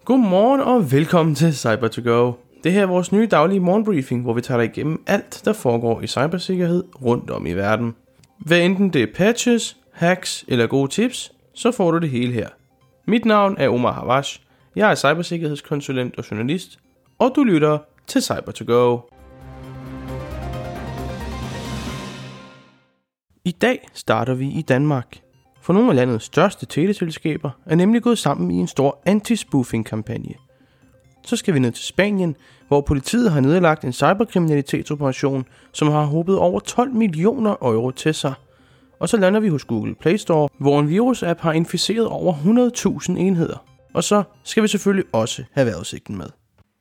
Godmorgen og velkommen til Cyber2Go. Det her er vores nye daglige morgenbriefing, hvor vi tager dig igennem alt, der foregår i cybersikkerhed rundt om i verden. Hvad enten det er patches, hacks eller gode tips, så får du det hele her. Mit navn er Omar Havash. Jeg er cybersikkerhedskonsulent og journalist, og du lytter til Cyber2Go. I dag starter vi i Danmark. For nogle af landets største teleselskaber er nemlig gået sammen i en stor anti-spoofing-kampagne. Så skal vi ned til Spanien, hvor politiet har nedlagt en cyberkriminalitetsoperation, som har håbet over 12 millioner euro til sig. Og så lander vi hos Google Play Store, hvor en virusapp har inficeret over 100.000 enheder. Og så skal vi selvfølgelig også have vejrudsigten med.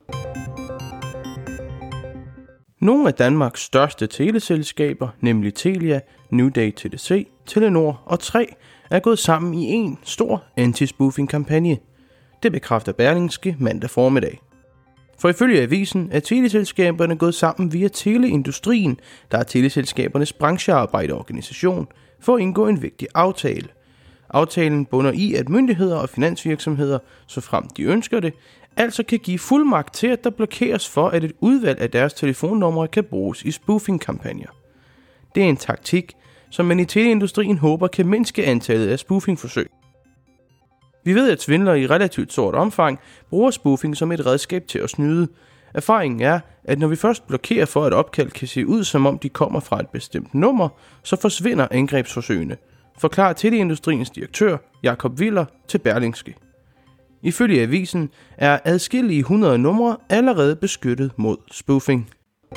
Nogle af Danmarks største teleselskaber, nemlig Telia, NewDay TDC, Telenor og 3, er gået sammen i en stor anti-spoofing-kampagne. Det bekræfter Berlingske mandag formiddag. For ifølge avisen er teleselskaberne gået sammen via Teleindustrien, der er teleselskabernes branchearbejderorganisation, for at indgå en vigtig aftale. Aftalen bunder i, at myndigheder og finansvirksomheder, såfremt de ønsker det, altså kan give fuldmagt til, at der blokeres for, at et udvalg af deres telefonnumre kan bruges i spoofing-kampagner. Det er en taktik, som man i teleindustrien håber kan mindske antallet af spoofing-forsøg. Vi ved, at svindlere i relativt stort omfang bruger spoofing som et redskab til at snyde. Erfaringen er, at når vi først blokerer for, at opkald kan se ud, som om de kommer fra et bestemt nummer, så forsvinder angrebsforsøgene, forklarer teleindustriens direktør Jakob Willer til Berlingske. Ifølge avisen er adskillige 100 numre allerede beskyttet mod spoofing.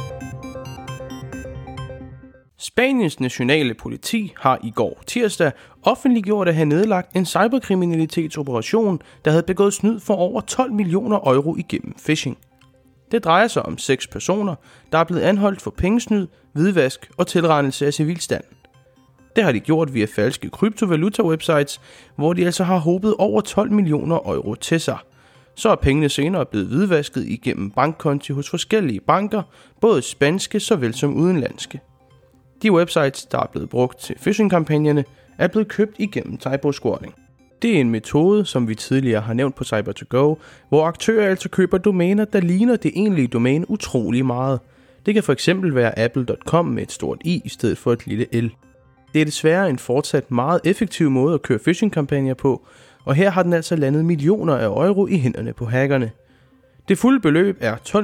Spaniens nationale politi har i går tirsdag offentliggjort at have nedlagt en cyberkriminalitetsoperation, der havde begået snyd for over 12 millioner euro igennem phishing. Det drejer sig om 6 personer, der er blevet anholdt for pengesnyd, hvidvask og tilregnelse af civilstand. Det har de gjort via falske kryptovaluta-websites, hvor de altså har håbet over 12 millioner euro til sig. Så er pengene senere blevet hvidvasket igennem bankkonti hos forskellige banker, både spanske såvel som udenlandske. De websites, der er blevet brugt til phishing-kampagnerne, er blevet købt igennem typo-squatting. Det er en metode, som vi tidligere har nævnt på Cyber2Go, hvor aktører altså køber domæner, der ligner det egentlige domæne utrolig meget. Det kan fx være apple.com med et stort i stedet for et lille l. Det er desværre en fortsat meget effektiv måde at køre phishing-kampagner på, og her har den altså landet millioner af euro i hænderne på hackerne. Det fulde beløb er 12.345.731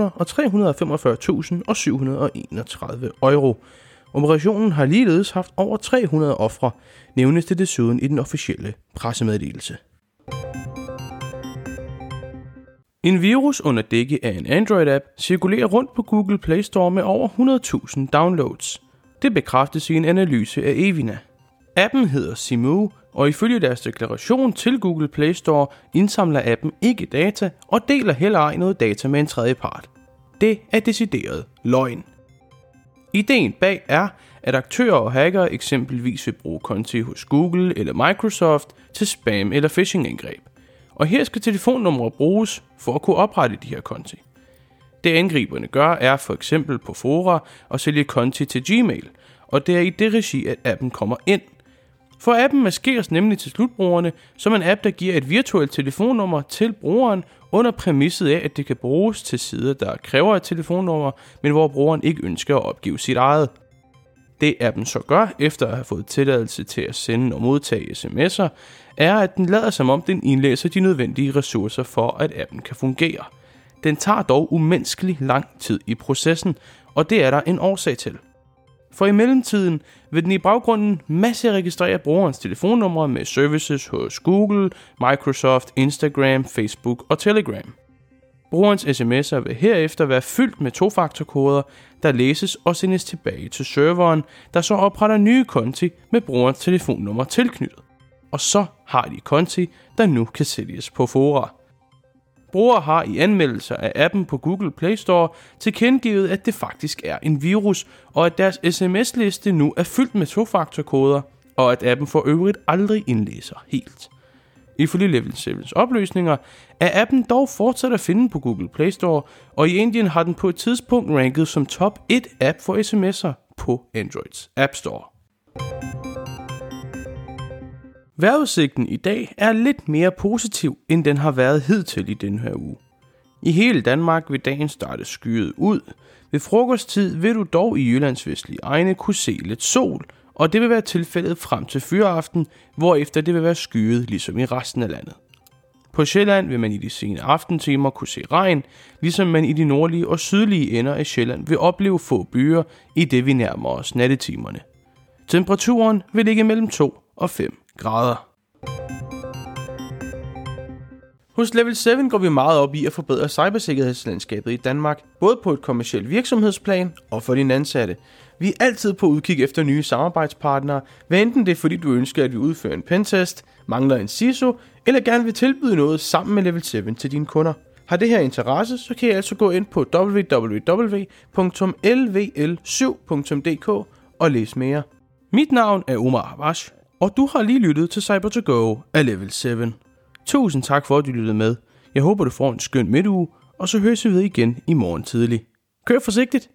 euro. Operationen har ligeledes haft over 300 ofre, nævnes det desuden i den officielle pressemeddelelse. En virus under dække af en Android-app cirkulerer rundt på Google Play Store med over 100.000 downloads. Det bekræftes i en analyse af Evina. Appen hedder Simu, og ifølge deres deklaration til Google Play Store indsamler appen ikke data og deler heller ej noget data med en tredje part. Det er decideret løgn. Ideen bag er, at aktører og hackere eksempelvis vil bruge konti hos Google eller Microsoft til spam- eller phishing-angreb. Og her skal telefonnumre bruges for at kunne oprette de her konti. Det angriberne gør er for eksempel på fora at sælge konti til Gmail, og det er i det regi, at appen kommer ind. For appen maskeres nemlig til slutbrugerne som en app, der giver et virtuelt telefonnummer til brugeren under præmisset af, at det kan bruges til sider, der kræver et telefonnummer, men hvor brugeren ikke ønsker at opgive sit eget. Det appen så gør, efter at have fået tilladelse til at sende og modtage sms'er, er, at den lader som om den indlæser de nødvendige ressourcer for, at appen kan fungere. Den tager dog umenneskelig lang tid i processen, og det er der en årsag til. For i mellemtiden vil den i baggrunden masseregistrere brugerens telefonnumre med services hos Google, Microsoft, Instagram, Facebook og Telegram. Brugerens sms'er vil herefter være fyldt med tofaktorkoder, der læses og sendes tilbage til serveren, der så opretter nye konti med brugerens telefonnummer tilknyttet. Og så har de konti, der nu kan sælges på fora. Brugere har i anmeldelser af appen på Google Play Store tilkendegivet, at det faktisk er en virus, og at deres sms-liste nu er fyldt med tofaktorkoder, og at appen for øvrigt aldrig indlæser helt. Ifølge Level 7's oplysninger er appen dog fortsat at finde på Google Play Store, og i Indien har den på et tidspunkt ranket som top 1 app for sms'er på Androids App Store. Vejrudsigten i dag er lidt mere positiv, end den har været hidtil i denne her uge. I hele Danmark vil dagen starte skyet ud. Ved frokosttid vil du dog i Jyllands vestlige egne kunne se lidt sol, og det vil være tilfældet frem til fyraften, hvorefter det vil være skyet ligesom i resten af landet. På Sjælland vil man i de sene aftentimer kunne se regn, ligesom man i de nordlige og sydlige ender af Sjælland vil opleve få byer, i det vi nærmer os nattetimerne. Temperaturen vil ligge mellem 2 og 5 grader. Hos Level 7 går vi meget op i at forbedre cybersikkerhedslandskabet i Danmark, både på et kommercielt virksomhedsplan og for dine ansatte. Vi er altid på udkig efter nye samarbejdspartnere, hvad enten det er fordi du ønsker, at vi udfører en pentest, mangler en CISO, eller gerne vil tilbyde noget sammen med Level 7 til dine kunder. Har det her interesse, så kan I altså gå ind på www.lvl7.dk og læse mere. Mit navn er Omar Havash, og du har lige lyttet til Cyber2Go af Level 7. Tusind tak for, at du lyttede med. Jeg håber, du får en skøn midtuge, og så høres vi ved igen i morgen tidlig. Kør forsigtigt!